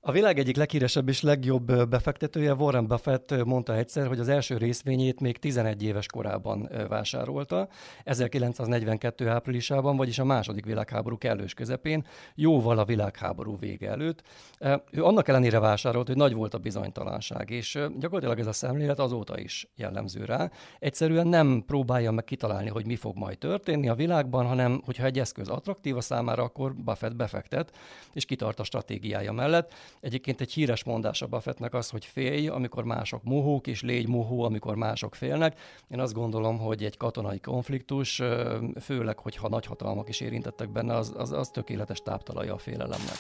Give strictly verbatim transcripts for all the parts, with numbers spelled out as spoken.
A világ egyik leghíresebb és legjobb befektetője, Warren Buffett mondta egyszer, hogy az első részvényét még tizenegy éves korában vásárolta, ezerkilencszáznegyvenkettő áprilisában, vagyis a második világháború kellős közepén, jóval a világháború vége előtt. Ő annak ellenére vásárolt, hogy nagy volt a bizonytalanság, és gyakorlatilag ez a szemlélet azóta is jellemző rá. Egyszerűen nem próbálja meg kitalálni, hogy mi fog majd történni a világban, hanem hogyha egy eszköz attraktív a számára, akkor Buffett befektet, és kitart a stratégiája mellett. Egyébként egy híres mondás a Buffettnek az, hogy félj, amikor mások mohók, és légy mohó, amikor mások félnek. Én azt gondolom, hogy egy katonai konfliktus, főleg, hogyha nagyhatalmak is érintettek benne, az, az, az tökéletes táptalaja a félelemnek.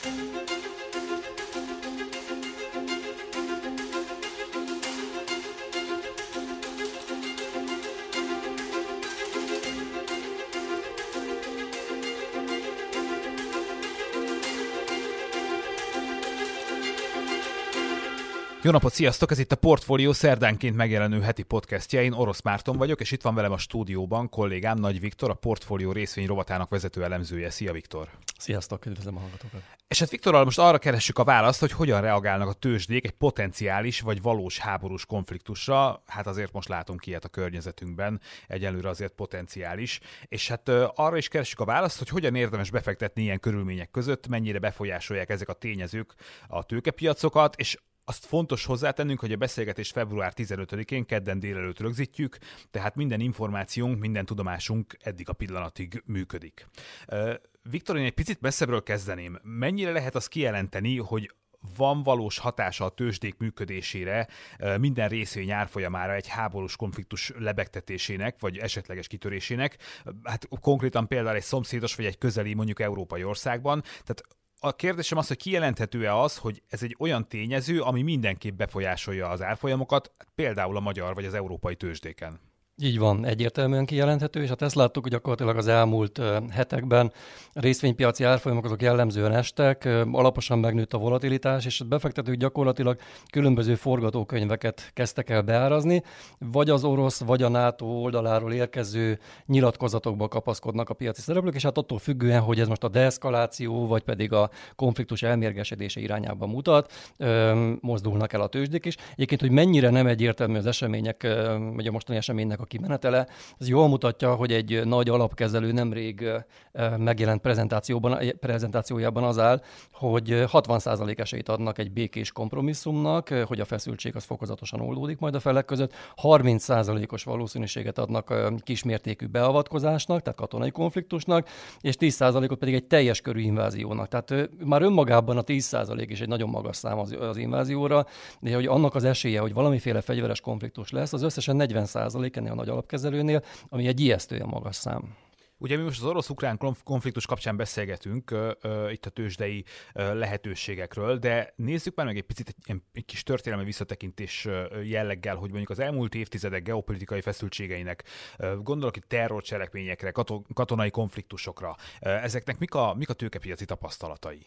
Jó napot, sziasztok! Ez itt a Portfólió szerdánként megjelenő heti podcastja. Én Orosz Márton vagyok, és itt van velem a stúdióban kollégám Nagy Viktor, a Portfólió részvény rovatának vezető elemzője. Szia, Viktor! Sziasztok, üdvözlöm a hallgatókat! És hát Viktorral most arra keressük a választ, hogy hogyan reagálnak a tőzsdék egy potenciális vagy valós háborús konfliktusra. Hát azért most látunk ilyet a környezetünkben, egyelőre azért potenciális. És hát arra is keressük a választ, hogy hogyan érdemes befektetni ilyen körülmények között, mennyire befolyásolják ezek a tényezők a tőkepiacokat, és azt fontos hozzátennünk, hogy a beszélgetést február tizenötödikén kedden délelőtt rögzítjük, tehát minden információnk, minden tudomásunk eddig a pillanatig működik. Viktor, én egy picit messzebbről kezdeném. Mennyire lehet azt kijelenteni, hogy van valós hatása a tőzsdék működésére, minden részvény árfolyamára egy háborús konfliktus lebegtetésének, vagy esetleges kitörésének? Hát konkrétan például egy szomszédos, vagy egy közeli, mondjuk európai országban. Tehát a kérdésem az, hogy kijelenthető-e az, hogy ez egy olyan tényező, ami mindenképp befolyásolja az árfolyamokat, például a magyar vagy az európai tőzsdéken? Így van, egyértelműen kijelenthető, és hát ezt láttuk, hogy gyakorlatilag az elmúlt hetekben a részvénypiaci árfolyamok azok jellemzően estek, alaposan megnőtt a volatilitás, és a befektetők gyakorlatilag különböző forgatókönyveket kezdtek el beárazni, vagy az orosz, vagy a NATO oldaláról érkező nyilatkozatokba kapaszkodnak a piaci szereplők, és hát attól függően, hogy ez most a deeszkaláció, vagy pedig a konfliktus elmérgesedése irányába mutat, mozdulnak el a tőzsdék is. Egyébként, hogy mennyire nem egyértelmű az események, vagy a mostani eseménynek a kimenetele, ez jól mutatja, hogy egy nagy alapkezelő nemrég megjelent prezentációban, prezentációjában az áll, hogy hatvan százalék esélyt adnak egy békés kompromisszumnak, hogy a feszültség az fokozatosan oldódik majd a felek között, harminc százalékos valószínűséget adnak kismértékű beavatkozásnak, tehát katonai konfliktusnak, és tíz százalékot pedig egy teljes körű inváziónak. Tehát már önmagában a tíz százalék is egy nagyon magas szám az, az invázióra, de hogy annak az esélye, hogy valamiféle fegyveres konfliktus lesz, az összesen negyven százalék ennél a nagy alapkezelőnél, ami egy ijesztően magas szám. Ugye mi most az orosz-ukrán konfliktus kapcsán beszélgetünk uh, uh, itt a tőzsdei uh, lehetőségekről, de nézzük már meg egy picit egy, egy kis történelmi visszatekintés uh, jelleggel, hogy mondjuk az elmúlt évtizedek geopolitikai feszültségeinek, uh, gondolok itt terrorcselekményekre, kato- katonai konfliktusokra, uh, ezeknek mik a, mik a tőkepiaci tapasztalatai?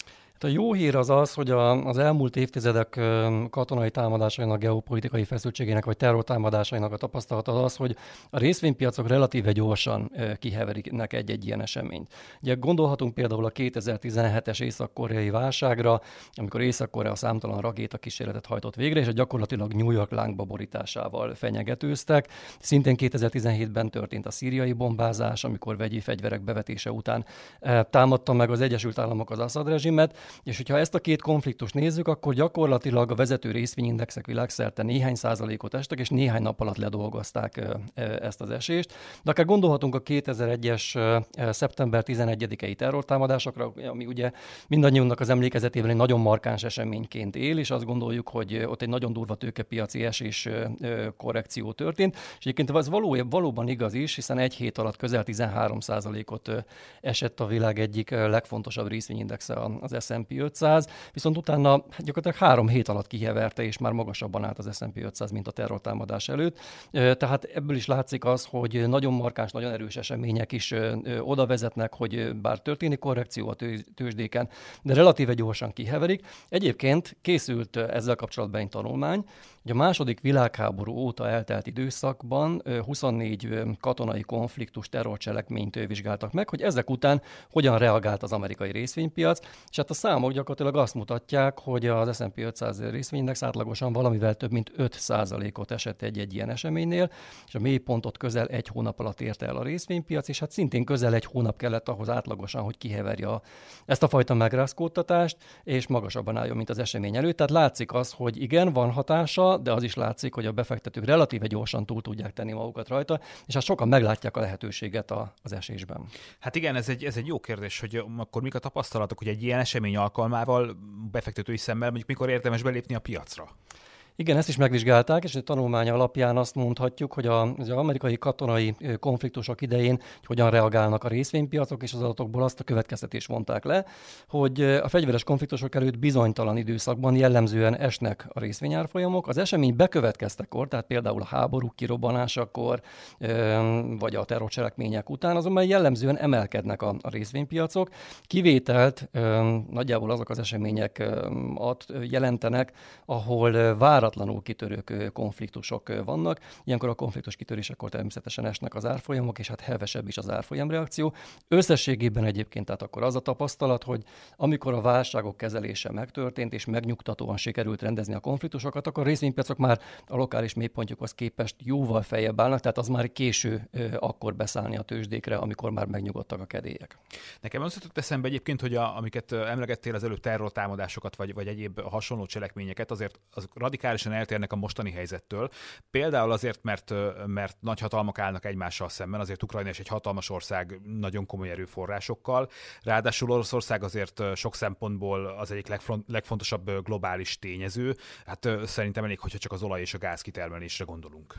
A jó hír az az, hogy a, az elmúlt évtizedek katonai támadásainak, geopolitikai feszültségének vagy terrortámadásainak a tapasztalata az, hogy a részvénypiacok relatíve gyorsan kiheveriknek egy-egy ilyen eseményt. Ugye gondolhatunk például a kétezer-tizenhetes észak-koreai válságra, amikor Észak-Korea számtalan rakétakísérletet hajtott végre, és gyakorlatilag New York lángba borításával fenyegetőztek. Szintén kétezer-tizenhétben történt a szíriai bombázás, amikor vegyi fegyverek bevetése után támadta meg az Egyesült Államok az Assad rezsimet. És hogyha ezt a két konfliktust nézzük, akkor gyakorlatilag a vezető részvényindexek világszerte néhány százalékot estek, és néhány nap alatt ledolgozták ezt az esést. De akár gondolhatunk a kétezer-egyes szeptember tizenegyedikei terrortámadásokra, ami ugye mindannyiunknak az emlékezetében egy nagyon markáns eseményként él, és azt gondoljuk, hogy ott egy nagyon durva tőkepiaci esés korrekció történt. És egyébként ez való, valóban igaz is, hiszen egy hét alatt közel tizenhárom százalékot esett a világ egyik legfontosabb részvényindexe, az es and pé ötszáz, viszont utána gyakorlatilag három hét alatt kiheverte, és már magasabban állt az es and pé ötszáz, mint a terrortámadás előtt. Tehát ebből is látszik az, hogy nagyon markáns, nagyon erős események is oda vezetnek, hogy bár történik korrekció a tőzsdéken, de relatíve gyorsan kiheverik. Egyébként készült ezzel kapcsolatban egy tanulmány, hogy a második világháború óta eltelt időszakban huszonnégy katonai konfliktus, terrorcselekményt vizsgáltak meg, hogy ezek után hogyan reagált az amerikai részvénypiac, és hát a számok gyakorlatilag azt mutatják, hogy az es and pé ötszáz részvényindex átlagosan valamivel több mint öt százalékot esett egy-egy ilyen eseménynél, és a mélypontot közel egy hónap alatt érte el a részvénypiac, és hát szintén közel egy hónap kellett ahhoz átlagosan, hogy kiheverje a, ezt a fajta megrázkódtatást, és magasabban álljon, mint az esemény előtt. Tehát látszik az, hogy igen, van hatása, de az is látszik, hogy a befektetők relatíve gyorsan túl tudják tenni magukat rajta, és hát sokan meglátják a lehetőséget a, az esésben. Hát igen, ez egy, ez egy jó kérdés, hogy akkor mik a tapasztalatok, hogy egy ilyen esemény alkalmával befektetői szemmel mondjuk mikor érdemes belépni a piacra? Igen, ezt is megvizsgálták, és a tanulmány alapján azt mondhatjuk, hogy a, az amerikai katonai konfliktusok idején hogyan reagálnak a részvénypiacok, és az adatokból azt a következtetést vonták le, hogy a fegyveres konfliktusok előtt bizonytalan időszakban jellemzően esnek a részvényárfolyamok. Az esemény bekövetkeztekor, tehát például a háborúk kirobbanásakor, vagy a terrorcselekmények után, azonban jellemzően emelkednek a, a részvénypiacok. Kivételt nagyjából azok az események jelentenek, ahol váratlanul kitörő konfliktusok vannak. Ilyenkor a konfliktus kitörésekor természetesen esnek az árfolyamok, és hát hevesebb is az árfolyamreakció. Összességében egyébként tehát akkor az a tapasztalat, hogy amikor a válságok kezelése megtörtént, és megnyugtatóan sikerült rendezni a konfliktusokat, akkor a részvénypiacok már a lokális mélypontjukhoz képest jóval feljebb állnak, tehát az már késő akkor beszállni a tőzsdékre, amikor már megnyugodtak a kedélyek. Nekem az jutott eszembe egyébként, hogy a, amiket emlegettél az előbb, terrortámadásokat, vagy, vagy egyéb hasonló cselekményeket, azért az radikálisan eltérnek a mostani helyzettől. Például azért, mert, mert nagy hatalmak állnak egymással szemben, azért Ukrajna is egy hatalmas ország nagyon komoly erőforrásokkal. Ráadásul Oroszország azért sok szempontból az egyik legfront, legfontosabb globális tényező. Hát szerintem elég, hogyha csak az olaj és a gáz kitermelésre gondolunk.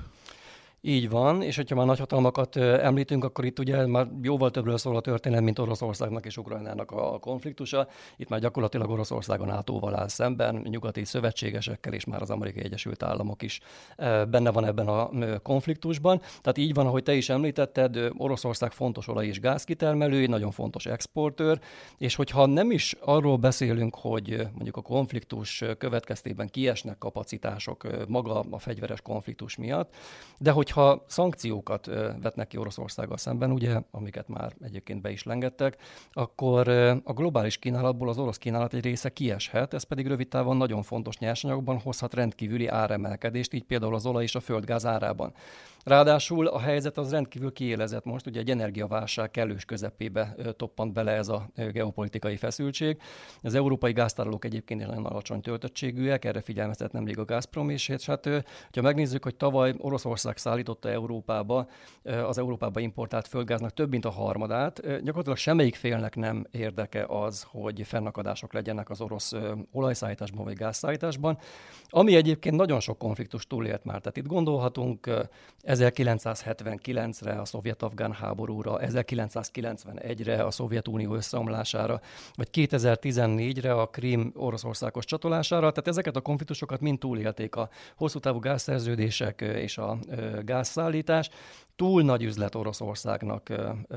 Így van, és hogyha már nagyhatalmakat említünk, akkor itt ugye már jóval többről szól a történet, mint Oroszországnak és Ukrajnának a konfliktusa. Itt már gyakorlatilag Oroszország a nátóval áll szemben, nyugati szövetségesekkel, és már az Amerikai Egyesült Államok is benne van ebben a konfliktusban. Tehát így van, ahogy te is említetted, Oroszország fontos olaj- és gázkitermelő, nagyon fontos exportőr, és hogyha nem is arról beszélünk, hogy mondjuk a konfliktus következtében kiesnek kapacitások maga a fegyveres konfliktus miatt, de hogy ha szankciókat vetnek ki Oroszországgal szemben, ugye, amiket már egyébként be is lengettek, akkor a globális kínálatból az orosz kínálat egy része kieshet, ez pedig rövid távon nagyon fontos nyersanyagokban hozhat rendkívüli áremelkedést, így például az olaj és a földgáz árában. Ráadásul a helyzet az rendkívül kiélezett most, ugye egy energiaválság kellős közepébe toppant bele ez a geopolitikai feszültség. Az európai gáztárolók egyébként is nagyon alacsony töltöttségűek, erre figyelmeztet nemrég a Gazprom is, és hát, ha megnézzük, hogy tavaly Oroszország szállította Európába, az Európába importált földgáznak több mint a harmadát, gyakorlatilag semmelyik félnek nem érdeke az, hogy fennakadások legyenek az orosz olajszállításban vagy gázszállításban, ami egyébként nagyon sok konfliktust túlélt már. Tehát itt gondolhatunk ezerkilencszázhetvenkilencre, a szovjet-afgán háborúra, ezerkilencszázkilencvenegyre, a Szovjetunió összeomlására, vagy kétezer-tizennégyre a Krím oroszországos csatolására. Tehát ezeket a konfliktusokat mind túlélték a hosszú távú gázszerződések és a gázszállítás. Túl nagy üzlet Oroszországnak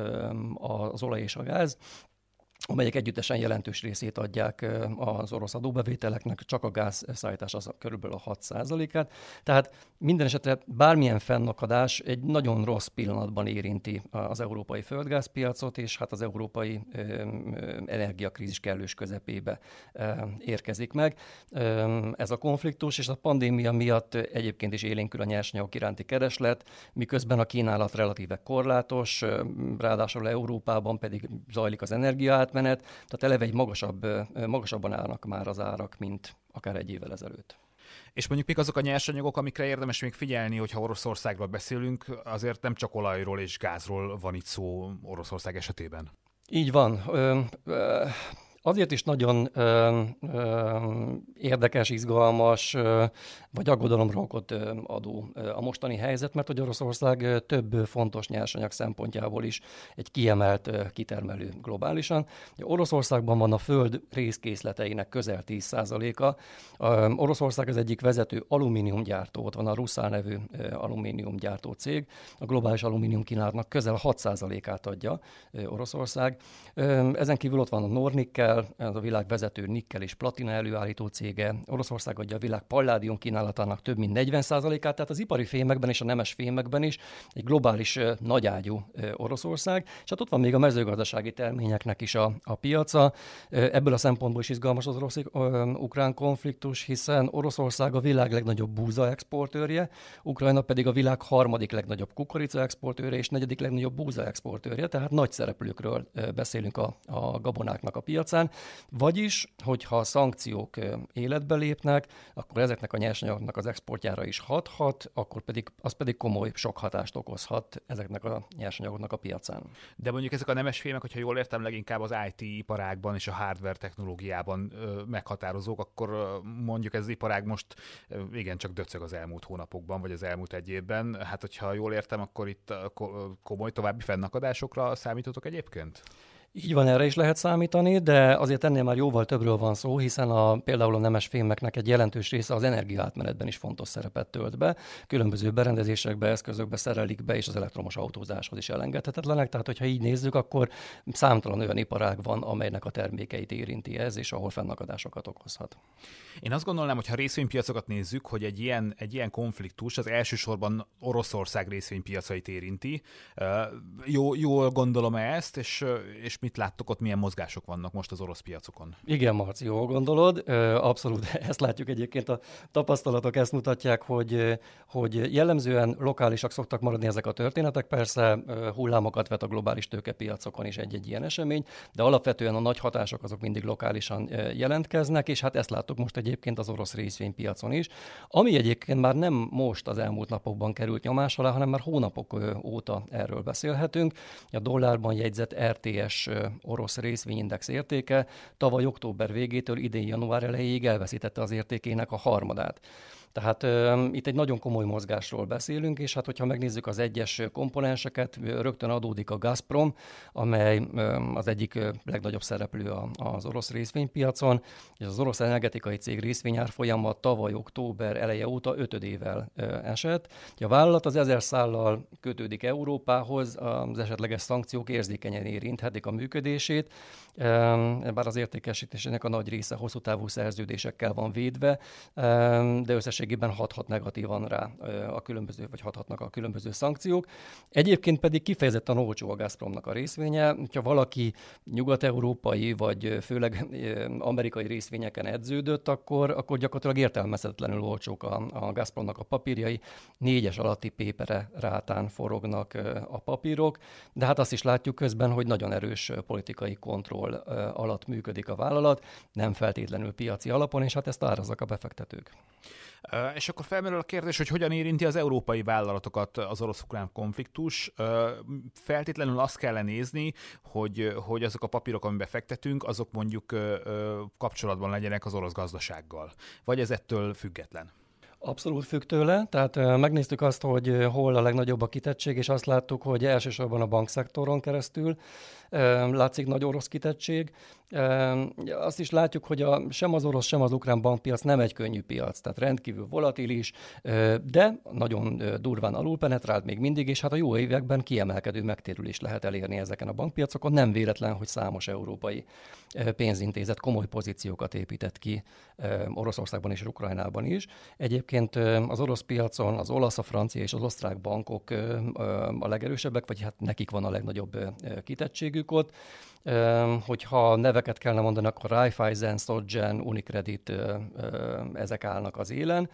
az olaj és a gáz, amelyek együttesen jelentős részét adják az orosz adóbevételeknek, csak a gázszállítás az körülbelül a hat százalékát. Tehát minden esetre bármilyen fennakadás egy nagyon rossz pillanatban érinti az európai földgázpiacot, és hát az európai energiakrízis kellős közepébe érkezik meg. Ez a konfliktus, és a pandémia miatt egyébként is élénkül a nyersanyagok iránti kereslet, miközben a kínálat relatíve korlátos, ráadásul Európában pedig zajlik az energiaátmenet, tehát eleve egy magasabb, magasabban állnak már az árak, mint akár egy évvel ezelőtt. És mondjuk mik azok a nyersanyagok, amikre érdemes még figyelni, hogyha Oroszországról beszélünk, azért nem csak olajról és gázról van itt szó Oroszország esetében. Így van. Ö, ö, Azért is nagyon ö, ö, érdekes, izgalmas, ö, vagy aggodalomra okot adó a mostani helyzet, mert hogy Oroszország több fontos nyersanyag szempontjából is egy kiemelt kitermelő globálisan. Oroszországban van a föld részkészleteinek közel tíz százaléka. Oroszország az egyik vezető alumíniumgyártó, ott van a Rusal nevű alumíniumgyártó cég. A globális alumínium kínálatnak közel hat százalékát adja Oroszország. Ezen kívül ott van a Nornickel, Rusal, ez a világ vezető nikkel és platina előállító cége. Oroszország adja a világ palládium kínálatának több mint negyven százalékát, tehát az ipari fémekben és a nemes fémekben is egy globális nagyágyú Oroszország, és hát ott van még a mezőgazdasági terményeknek is a, a piaca. Ebből a szempontból is izgalmas az orosz-ukrán konfliktus, hiszen Oroszország a világ legnagyobb búza exportőrje, Ukrajna pedig a világ harmadik legnagyobb kukorica exportőrje és negyedik legnagyobb búza exportőrje, tehát nagy szereplőkről beszélünk a, a gabonáknak a piacán. Vagyis, hogyha a szankciók életbe lépnek, akkor ezeknek a nyersanyagoknak az exportjára is hathat, akkor pedig, az pedig komoly sok hatást okozhat ezeknek a nyersanyagoknak a piacán. De mondjuk ezek a nemes fémek, hogyha jól értem, leginkább az i té iparágban és a hardware technológiában ö, meghatározók, akkor ö, mondjuk ez az iparág most ö, igen, csak döcög az elmúlt hónapokban, vagy az elmúlt egy évben. Hát, hogyha jól értem, akkor itt komoly további fennakadásokra számítotok egyébként? Így van, erre is lehet számítani, de azért ennél már jóval többről van szó, hiszen a, például a nemes fémeknek egy jelentős része az energiaátmenetben is fontos szerepet tölt be. Különböző berendezésekbe, eszközökbe szerelik be, és az elektromos autózáshoz is elengedhetetlenek. Tehát, hogyha így nézzük, akkor számtalan olyan iparág van, amelynek a termékeit érinti ez, és ahol fennakadásokat okozhat. Én azt gondolnám, hogy ha részvénypiacokat nézzük, hogy egy ilyen, egy ilyen konfliktus az elsősorban Oroszország részvénypiacait érinti. Jó, jól gondolom ezt, és, és mit láttok ott, milyen mozgások vannak most az orosz piacokon? Igen, Marci, jól gondolod. Abszolút ezt látjuk egyébként, a tapasztalatok ezt mutatják, hogy, hogy jellemzően lokálisak szoktak maradni ezek a történetek. Persze hullámokat vet a globális tőkepiacokon is egy-egy ilyen esemény, de alapvetően a nagy hatások azok mindig lokálisan jelentkeznek, és hát ezt láttuk most egyébként az orosz részvénypiacon is, ami egyébként már nem most az elmúlt napokban került nyomás alá, hanem már hónapok óta erről beszélhetünk. A dollárban jegyzett er té es orosz részvényindex értéke tavaly október végétől idén január elejéig elveszítette az értékének a harmadát. Tehát uh, itt egy nagyon komoly mozgásról beszélünk, és hát hogyha megnézzük az egyes komponenseket, rögtön adódik a Gazprom, amely um, az egyik uh, legnagyobb szereplő a, az orosz részvénypiacon, és az orosz energetikai cég részvényárfolyama tavaly október eleje óta ötödével uh, esett. A vállalat az ezer szállal kötődik Európához, az esetleges szankciók érzékenyen érinthetik a működését, um, bár az értékesítésének a nagy része hosszú távú szerződésekkel van védve, um, de összesen hathat negatívan rá a különböző, vagy hathatnak a különböző szankciók. Egyébként pedig kifejezetten olcsó a Gazpromnak a részvénye. Ha valaki nyugat-európai, vagy főleg amerikai részvényeken edződött, akkor, akkor gyakorlatilag értelmezhetetlenül olcsók a, a Gazpromnak a papírjai. Négyes alatti pépere rátán forognak a papírok, de hát azt is látjuk közben, hogy nagyon erős politikai kontroll alatt működik a vállalat, nem feltétlenül piaci alapon, és hát ezt árazzak a befektetők. Uh, és akkor felmerül a kérdés, hogy hogyan érinti az európai vállalatokat az orosz-ukrán konfliktus. Uh, feltétlenül azt kell nézni, hogy, hogy azok a papírok, amiben fektetünk, azok mondjuk uh, kapcsolatban legyenek az orosz gazdasággal. Vagy ez ettől független? Abszolút függ tőle, tehát uh, megnéztük azt, hogy uh, hol a legnagyobb a kitettség, és azt láttuk, hogy elsősorban a bankszektoron keresztül uh, látszik nagy orosz kitettség. Uh, azt is látjuk, hogy a, sem az orosz, sem az ukrán bankpiac nem egy könnyű piac, tehát rendkívül volatilis, uh, de nagyon uh, durván alulpenetrált még mindig, és hát a jó években kiemelkedő megtérülést lehet elérni ezeken a bankpiacokon. Nem véletlen, hogy számos európai uh, pénzintézet komoly pozíciókat épített ki uh, Oroszországban és Ukrajnában is. Egyébként uh, az orosz piacon az olasz, a francia és az osztrák bankok uh, uh, a legerősebbek, vagy hát nekik van a legnagyobb uh, kitettségük ott. Hogyha neveket kellene mondani, akkor Raiffeisen, Szocgen, Unicredit, ezek állnak az élen,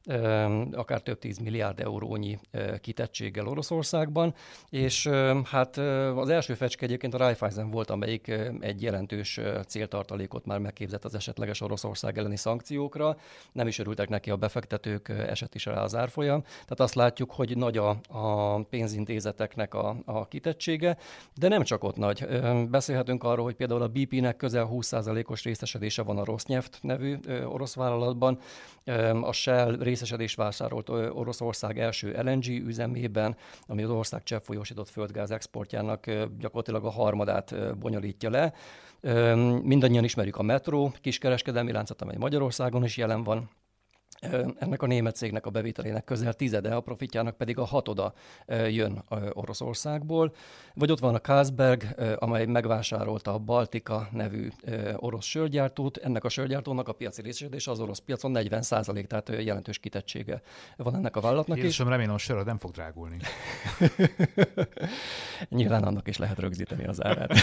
akár több tíz milliárd eurónyi kitettséggel Oroszországban, és hát az első fecske egyébként a Raiffeisen volt, amelyik egy jelentős céltartalékot már megképzett az esetleges Oroszország elleni szankciókra, nem is örültek neki a befektetők, esett is rá az árfolyam, tehát azt látjuk, hogy nagy a, a pénzintézeteknek a, a kitettsége, de nem csak ott nagy. Beszélhetünk arról, hogy például a bé pé-nek közel húsz százalékos részesedése van a Rosneft nevű orosz vállalatban, a Shell részesedés vásárolt Oroszország első el en gé üzemében, ami az ország cseppfolyósított földgáz exportjának gyakorlatilag a harmadát bonyolítja le. Mindannyian ismerjük a Metro kiskereskedelmi láncot, amely Magyarországon is jelen van. Ennek a német cégnek a bevételének közel tizede, a profitjának pedig a hatoda jön Oroszországból. Vagy ott van a Carlsberg, amely megvásárolta a Baltika nevű orosz sörgyártót. Ennek a sörgyártónak a piaci részesedése az orosz piacon negyven százalék, tehát jelentős kitettsége van ennek a vállalatnak is. Jézusom, remélem, a söröd nem fog drágulni. Nyilván annak is lehet rögzíteni az árát.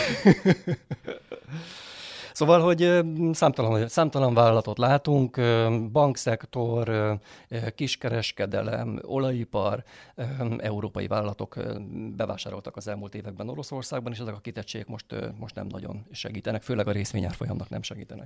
Szóval, hogy számtalan, számtalan vállalatot látunk, bankszektor, kiskereskedelem, olajipar, európai vállalatok bevásároltak az elmúlt években Oroszországban, és ezek a kitettségek most, most nem nagyon segítenek, főleg a részvényárfolyamnak nem segítenek.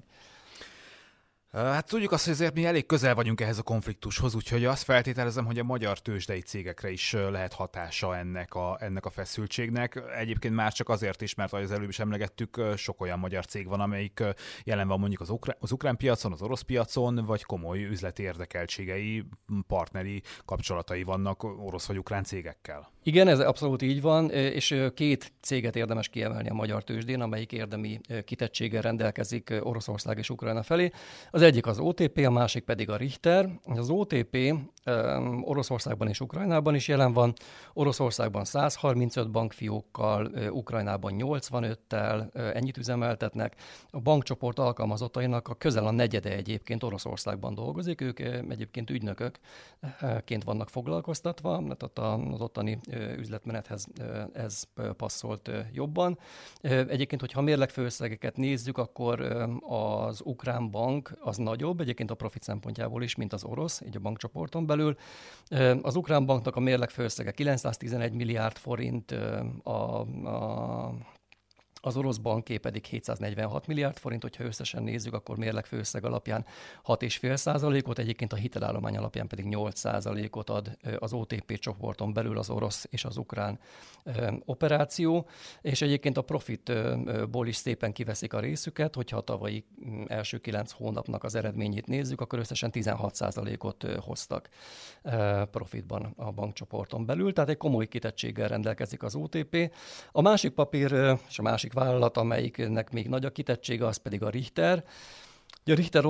Hát tudjuk azt, hogy azért mi elég közel vagyunk ehhez a konfliktushoz, úgyhogy azt feltételezem, hogy a magyar tőzsdei cégekre is lehet hatása ennek a, ennek a feszültségnek. Egyébként már csak azért is, mert ahogy az előbb is emlegettük, sok olyan magyar cég van, amelyik jelen van mondjuk az, ukrán, az ukrán piacon, az orosz piacon, vagy komoly üzleti érdekeltségei, partneri kapcsolatai vannak orosz vagy ukrán cégekkel. Igen, ez abszolút így van, és két céget érdemes kiemelni a magyar tőzsdén, amelyik érdemi kitettséggel rendelkezik Oroszország és Ukrajna felé. Az egyik az o té pé, a másik pedig a Richter. Az o té pé Oroszországban és Ukrajnában is jelen van. Oroszországban száz harmincöt bankfiókkal, Ukrajnában nyolcvanöttel ennyit üzemeltetnek. A bankcsoport alkalmazottainak a közel a negyede egyébként Oroszországban dolgozik. Ők egyébként ügynökökként vannak foglalkoztatva, mert az ottani üzletmenethez ez passzolt jobban. Egyébként, hogyha a mérlegfőösszegeket nézzük, akkor az ukrán bank az nagyobb, egyébként a profit szempontjából is, mint az orosz, így a bankcsoporton belül. Az ukrán banknak a mérlegfőösszege kilencszáztizenegy milliárd forint, a, a az orosz banké pedig hétszáznegyvenhat milliárd forint, hogyha összesen nézzük, akkor mérlegfőösszeg alapján hat egész öt százalékot, egyébként a hitelállomány alapján pedig nyolc százalékot ad az o té pé csoporton belül az orosz és az ukrán operáció, és egyébként a profitból is szépen kiveszik a részüket, hogyha a tavalyi első kilenc hónapnak az eredményét nézzük, akkor összesen tizenhat százalékot hoztak profitban a bankcsoporton belül, tehát egy komoly kitettséggel rendelkezik az o té pé. A másik papír és a másik vállalat, amelyiknek még nagy a kitettsége, az pedig a Richter. A Richter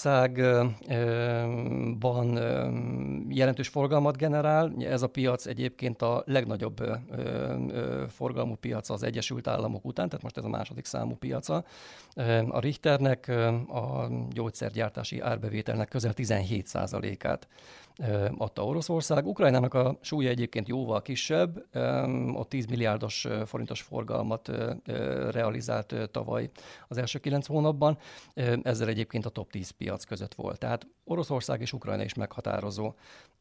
Oroszországban jelentős forgalmat generál. Ez a piac egyébként a legnagyobb forgalmú piac az Egyesült Államok után, tehát most ez a második számú piaca. A Richternek a gyógyszergyártási árbevételnek közel tizenhét százalékát adta Oroszország. Ukrajnának a súlya egyébként jóval kisebb, ott tíz milliárdos forintos forgalmat realizált tavaly az első kilenc hónapban, ezzel egyébként a top tíz piac között volt. Tehát Oroszország és Ukrajna is meghatározó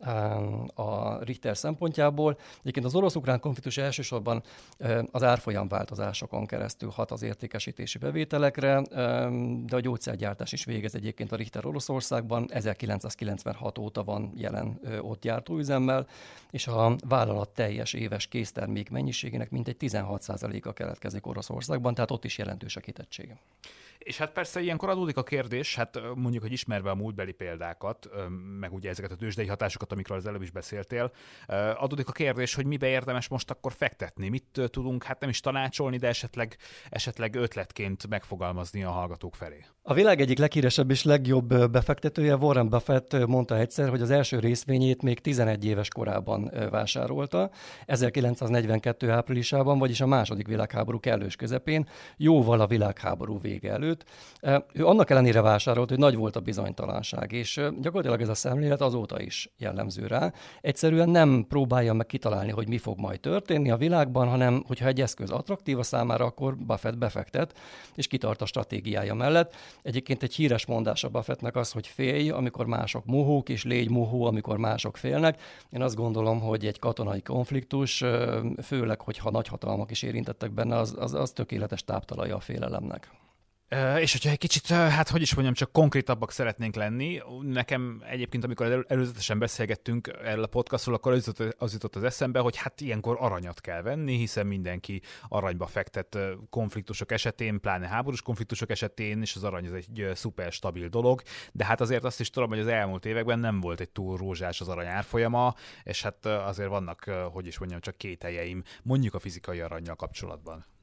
a Richter szempontjából. Egyébként az orosz-ukrán konfliktus elsősorban az árfolyam változásokon keresztül hat az értékesítési bevételekre, de a gyógyszergyártás is végez egyébként a Richter Oroszországban, ezerkilencszázkilencvenhat óta van jelen ott gyártóüzemmel, és a vállalat teljes éves késztermék mennyiségének mintegy tizenhat százaléka keletkezik Oroszországban, tehát ott is jelentős a kitettsége. És hát persze ilyenkor adódik a kérdés, hát mondjuk, hogy ismerve a múltbeli példákat, meg ugye ezeket a tőzsdei hatásokat, amikről az előbb is beszéltél, adódik a kérdés, hogy mibe érdemes most akkor fektetni, mit tudunk, hát nem is tanácsolni, de esetleg, esetleg ötletként megfogalmazni a hallgatók felé. A világ egyik leghíresebb és legjobb befektetője, Warren Buffett mondta egyszer, hogy az első részvényét még tizenegy éves korában vásárolta, ezerkilencszáznegyvenkettő áprilisában, vagyis a második világháború kellős közepén, jóval a világháború vége előtt. Ő annak ellenére vásárolt, hogy nagy volt a bizonytalanság, és gyakorlatilag ez a szemlélet azóta is jellemző rá. Egyszerűen nem próbálja meg kitalálni, hogy mi fog majd történni a világban, hanem hogyha egy eszköz attraktív a számára, akkor Buffett befektet, és kitart a stratégiája mellett. Egyébként egy híres mondás a Buffettnek az, hogy félj, amikor mások mohók, és légy mohó, amikor mások félnek. Én azt gondolom, hogy egy katonai konfliktus, főleg, hogyha nagyhatalmak is érintettek benne, az, az, az tökéletes táptalaja a félelemnek. És hogyha egy kicsit, hát hogy is mondjam, csak konkrétabbak szeretnénk lenni, nekem egyébként, amikor előzetesen beszélgettünk erről a podcastról, akkor az jutott, az jutott az eszembe, hogy hát ilyenkor aranyat kell venni, hiszen mindenki aranyba fektet konfliktusok esetén, pláne háborús konfliktusok esetén, és az arany az egy szuper stabil dolog, de hát azért azt is tudom, hogy az elmúlt években nem volt egy túl rózsás az arany árfolyama, és hát azért vannak, hogy is mondjam, csak kételjeim, mondjuk a fizikai arannyal kapcsolatban.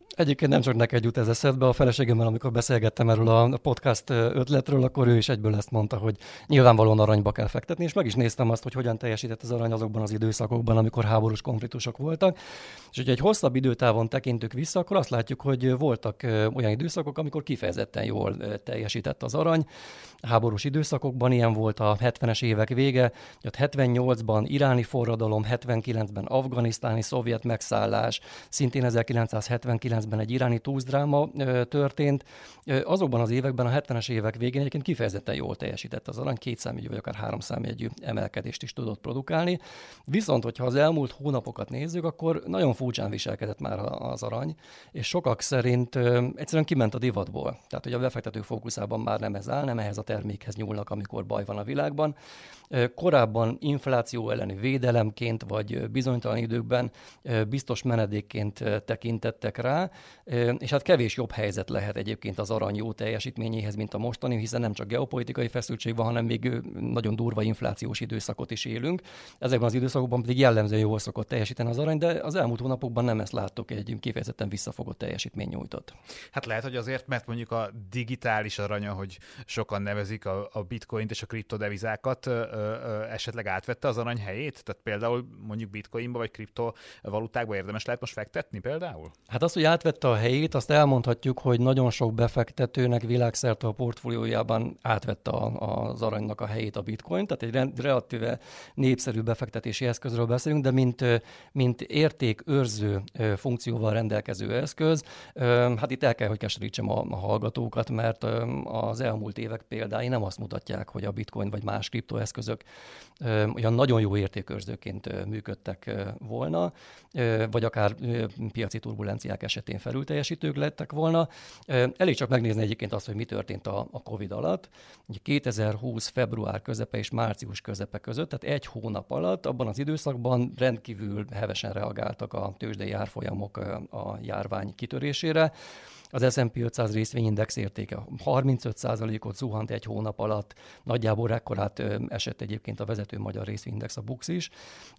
Egyébként nem csak neked jut ez eszedbe, a feleségemmel, amikor beszélgettem erről a podcast ötletről, akkor ő is egyből ezt mondta, hogy nyilvánvalóan aranyba kell fektetni, és meg is néztem azt, hogy hogyan teljesített az arany azokban az időszakokban, amikor háborús konfliktusok voltak. És hogyha egy hosszabb időtávon tekintünk vissza, akkor azt látjuk, hogy voltak olyan időszakok, amikor kifejezetten jól teljesített az arany. Háborús időszakokban ilyen volt a hetvenes évek vége, hetvennyolcban iráni forradalom, hetvenkilencben afganisztáni szovjet megszállás, szintén ezerkilencszázhetvenkilencben egy iráni túlzdráma történt. Azokban az években, a hetvenes évek végén egyébként kifejezetten jól teljesített az arany, kétszámjegyű vagy akár háromszámjegyű emelkedést is tudott produkálni. Viszont, hogyha az elmúlt hónapokat nézzük, akkor nagyon furcsán viselkedett már az arany, és sokak szerint egyszerűen kiment a divatból. Tehát, hogy a befektetők fókuszában már nem ez áll, nem ehhez a termékhez nyúlnak, amikor baj van a világban. Korábban infláció elleni védelemként, vagy bizonytalan időkben biztos menedékként tekintettek rá, és hát kevés jobb helyzet lehet egyébként az arany jó teljesítményéhez, mint a mostani, hiszen nem csak geopolitikai feszültség van, hanem még nagyon durva inflációs időszakot is élünk. Ezekben az időszakokban pedig jellemzően jól szokott teljesíteni az arany, de az elmúlt hónapokban nem ezt láttuk, egy kifejezetten visszafogott teljesítmény nyújtott. Hát lehet, hogy azért, mert mondjuk a digitális arany, ahogy sokan nevezik a, a bitcoint és a kriptodevizákat, ö, ö, esetleg átvette az arany helyét? Tehát például mondjuk bitcoinba vagy kriptovalutákba érdemes lehet most fektetni például? Hát az, hogy átvette a helyét, azt elmondhatjuk, hogy nagyon sok befektetőnek világszerte a portfóliójában átvette a, az aranynak a helyét a bitcoin, tehát egy relatíve népszerű befektetési eszközről beszélünk, de mint, mint értékőrző funkcióval rendelkező eszköz, hát itt el kell, hogy keserítsem a, a hallgatókat, mert az elmúlt évek példái nem azt mutatják, hogy a bitcoin vagy más kriptoeszközök olyan nagyon jó értékőrzőként működtek volna, vagy akár piaci turbulenciák esetén felülteljesítők lettek volna. Elég csak megnézni egyébként azt, hogy mi történt a, a Covid alatt. kétezer-húsz február közepe és március közepe között, tehát egy hónap alatt, abban az időszakban rendkívül hevesen reagáltak a tőzsdei árfolyamok a járvány kitörésére. Az es and pé ötszáz részvényindex értéke harmincöt százalékot zuhant egy hónap alatt, nagyjából ekkorát esett egyébként a vezető magyar részvényindex, a BUX is.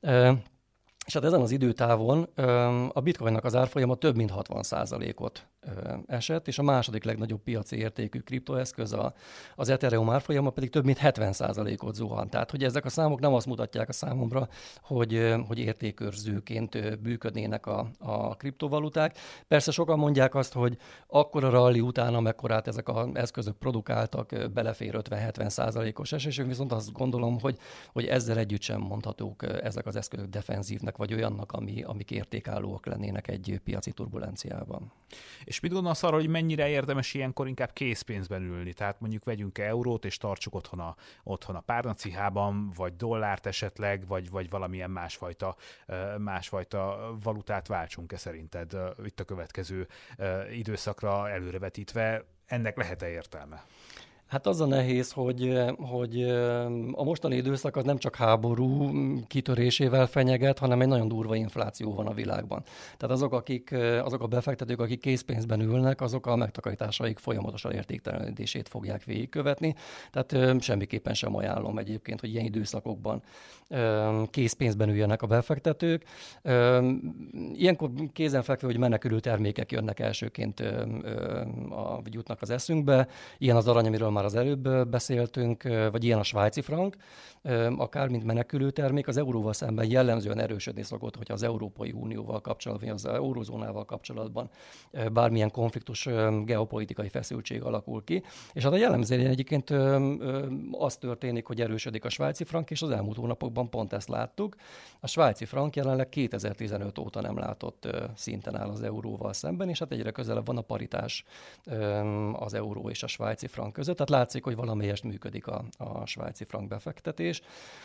És hát ezen az időtávon a bitcoinnak az árfolyama több mint hatvan százalékot esett, és a második legnagyobb piaci értékű kriptoeszköz, az Ethereum árfolyama pedig több mint hetven százalékot zuhant. Tehát, hogy ezek a számok nem azt mutatják a számomra, hogy, hogy értékőrzőként működnének a, a kriptovaluták. Persze sokan mondják azt, hogy akkora rally után, amekkorát ezek az eszközök produkáltak, belefér ötven-hetven százalékos esés, viszont azt gondolom, hogy, hogy ezzel együtt sem mondhatók ezek az eszközök defenzívnek, vagy olyannak, ami, amik értékállóak lennének egy piaci turbulenciában. És mit gondolsz arról, hogy mennyire érdemes ilyenkor inkább készpénzben ülni? Tehát mondjuk vegyünk eurót, és tartsuk otthon a, otthon a párnacihában, vagy dollárt esetleg, vagy, vagy valamilyen másfajta, másfajta valutát váltsunk-e szerinted itt a következő időszakra előrevetítve? Ennek lehet-e értelme? Hát az a nehéz, hogy, hogy a mostani időszak az nem csak háború kitörésével fenyeget, hanem egy nagyon durva infláció van a világban. Tehát azok, akik, azok a befektetők, akik készpénzben ülnek, azok a megtakarításaik folyamatosan értéktelenedését fogják végigkövetni. Tehát semmiképpen sem ajánlom egyébként, hogy ilyen időszakokban készpénzben üljenek a befektetők. Ilyenkor kézenfekvő, hogy menekülő termékek jönnek elsőként, vagy jutnak az eszünkbe. Ilyen az arany, amiről már az előbb beszéltünk, vagy ilyen a svájci frank, akár mint menekülő termék, az euróval szemben jellemzően erősödni szokott, hogy az Európai Unióval kapcsolatban, vagy az eurozónával kapcsolatban bármilyen konfliktus, geopolitikai feszültség alakul ki. És hát a jellemzően egyébként az történik, hogy erősödik a svájci frank, és az elmúlt hónapokban pont ezt láttuk. A svájci frank jelenleg kétezer-tizenöt óta nem látott szinten áll az euróval szemben, és hát egyre közelebb van a paritás az euró és a svájci frank között. Tehát látszik, hogy valamelyest működik a, a svájci frank befektetés.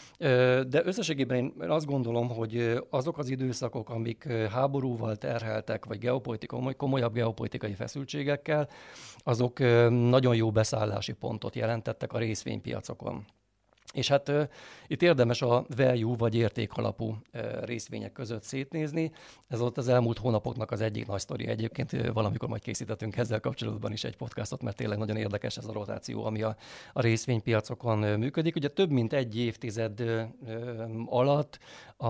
De összességében én azt gondolom, hogy azok az időszakok, amik háborúval terheltek, vagy geopolitikai, komolyabb geopolitikai feszültségekkel, azok nagyon jó beszállási pontot jelentettek a részvénypiacokon. És hát uh, itt érdemes a value vagy értékalapú uh, részvények között szétnézni. Ez volt az elmúlt hónapoknak az egyik nagy sztori. Egyébként uh, valamikor majd készítettünk ezzel kapcsolatban is egy podcastot, mert tényleg nagyon érdekes ez a rotáció, ami a, a részvénypiacokon uh, működik. Ugye több mint egy évtized uh, alatt a,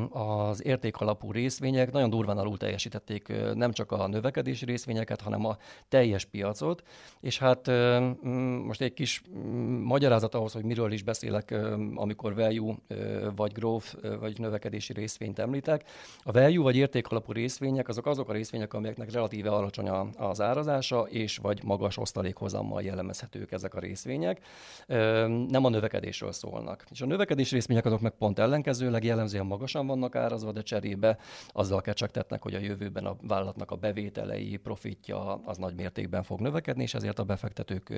az értékalapú részvények nagyon durván alul teljesítették uh, nem csak a növekedési részvényeket, hanem a teljes piacot. És hát uh, most egy kis um, magyarázat ahhoz, hogy miről is beszél, amikor value vagy growth vagy növekedési részvényt említek. A value vagy értékalapú részvények azok azok a részvények, amelyeknek relatíve alacsony az árazása, és vagy magas osztalékhozammal jellemezhetők ezek a részvények. Nem a növekedésről szólnak. És a növekedési részvények azok meg pont ellenkezőleg jellemzően magasan vannak árazva, de cserébe azzal kecsegtetnek, hogy a jövőben a vállalatnak a bevételei, profitja az nagy mértékben fog növekedni, és ezért a befektetők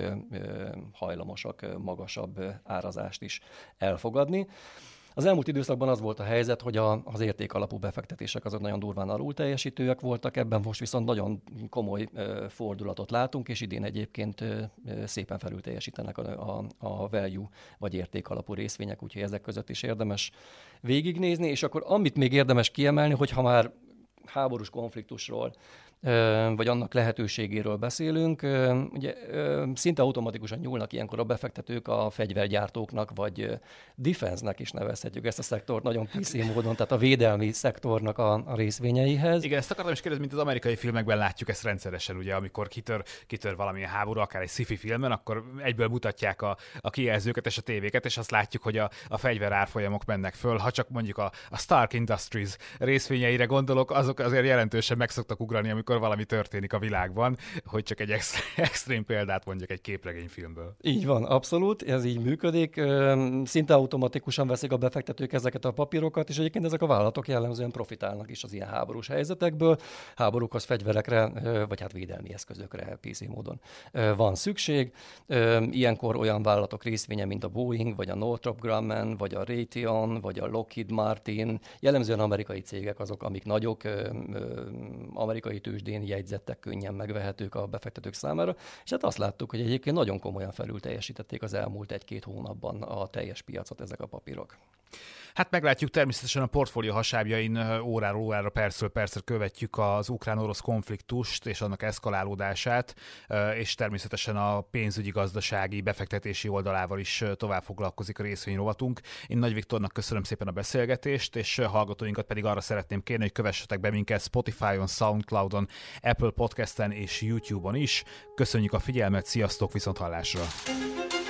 hajlamosak magasabb árazást is elfogadni. Az elmúlt időszakban az volt a helyzet, hogy a, az értékalapú befektetések azok nagyon durván alul teljesítőek voltak, ebben most viszont nagyon komoly ö, fordulatot látunk, és idén egyébként ö, szépen felül teljesítenek a, a, a value vagy értékalapú részvények, úgyhogy ezek között is érdemes végignézni, és akkor amit még érdemes kiemelni, hogy ha már háborús konfliktusról vagy annak lehetőségéről beszélünk, ugye szinte automatikusan nyúlnak ilyenkor a befektetők a fegyvergyártóknak, vagy defense-nek is nevezhetjük ezt a szektort nagyon pé cé módon, tehát a védelmi szektornak a, a részvényeihez. Igen, ezt akartam is kérdezni, mint az amerikai filmekben látjuk ezt rendszeresen, ugye, amikor kitör, kitör valamilyen háború, akár egy sci-fi filmen, akkor egyből mutatják a, a kijelzőket és a tévéket, és azt látjuk, hogy a, a fegyverárfolyamok mennek föl. Ha csak mondjuk a, a Stark Industries részvényeire gondolok, azok azért jelentősen meg szoktak ugrani, amikor valami történik a világban, hogy csak egy extrém példát mondjak egy képregényfilmből. Így van, abszolút, ez így működik. Szinte automatikusan veszik a befektetők ezeket a papírokat, és egyébként ezek a vállalatok jellemzően profitálnak is az ilyen háborús helyzetekből. Háborúkhoz fegyverekre, vagy hát védelmi eszközökre pé cé módon van szükség. Ilyenkor olyan vállalatok részvénye, mint a Boeing, vagy a Northrop Grumman, vagy a Raytheon, vagy a Lockheed Martin, jellemzően amerikai cégek azok, amik nagyok, amerikai tőzsdén jegyzettek, könnyen megvehetők a befektetők számára, és hát azt láttuk, hogy egyébként nagyon komolyan felül teljesítették az elmúlt egy-két hónapban a teljes piacot ezek a papírok. Hát meglátjuk, természetesen a portfólió hasábjain óráról órára, percről percre követjük az ukrán-orosz konfliktust és annak eszkalálódását, és természetesen a pénzügyi, gazdasági, befektetési oldalával is tovább foglalkozik a részvényrovatunk. Én Nagy Viktornak köszönöm szépen a beszélgetést, és hallgatóinkat pedig arra szeretném kérni, hogy kövessetek be minket Spotify-on, SoundCloud-on, Apple Podcasten és YouTube-on is. Köszönjük a figyelmet, sziasztok, viszonthallásra!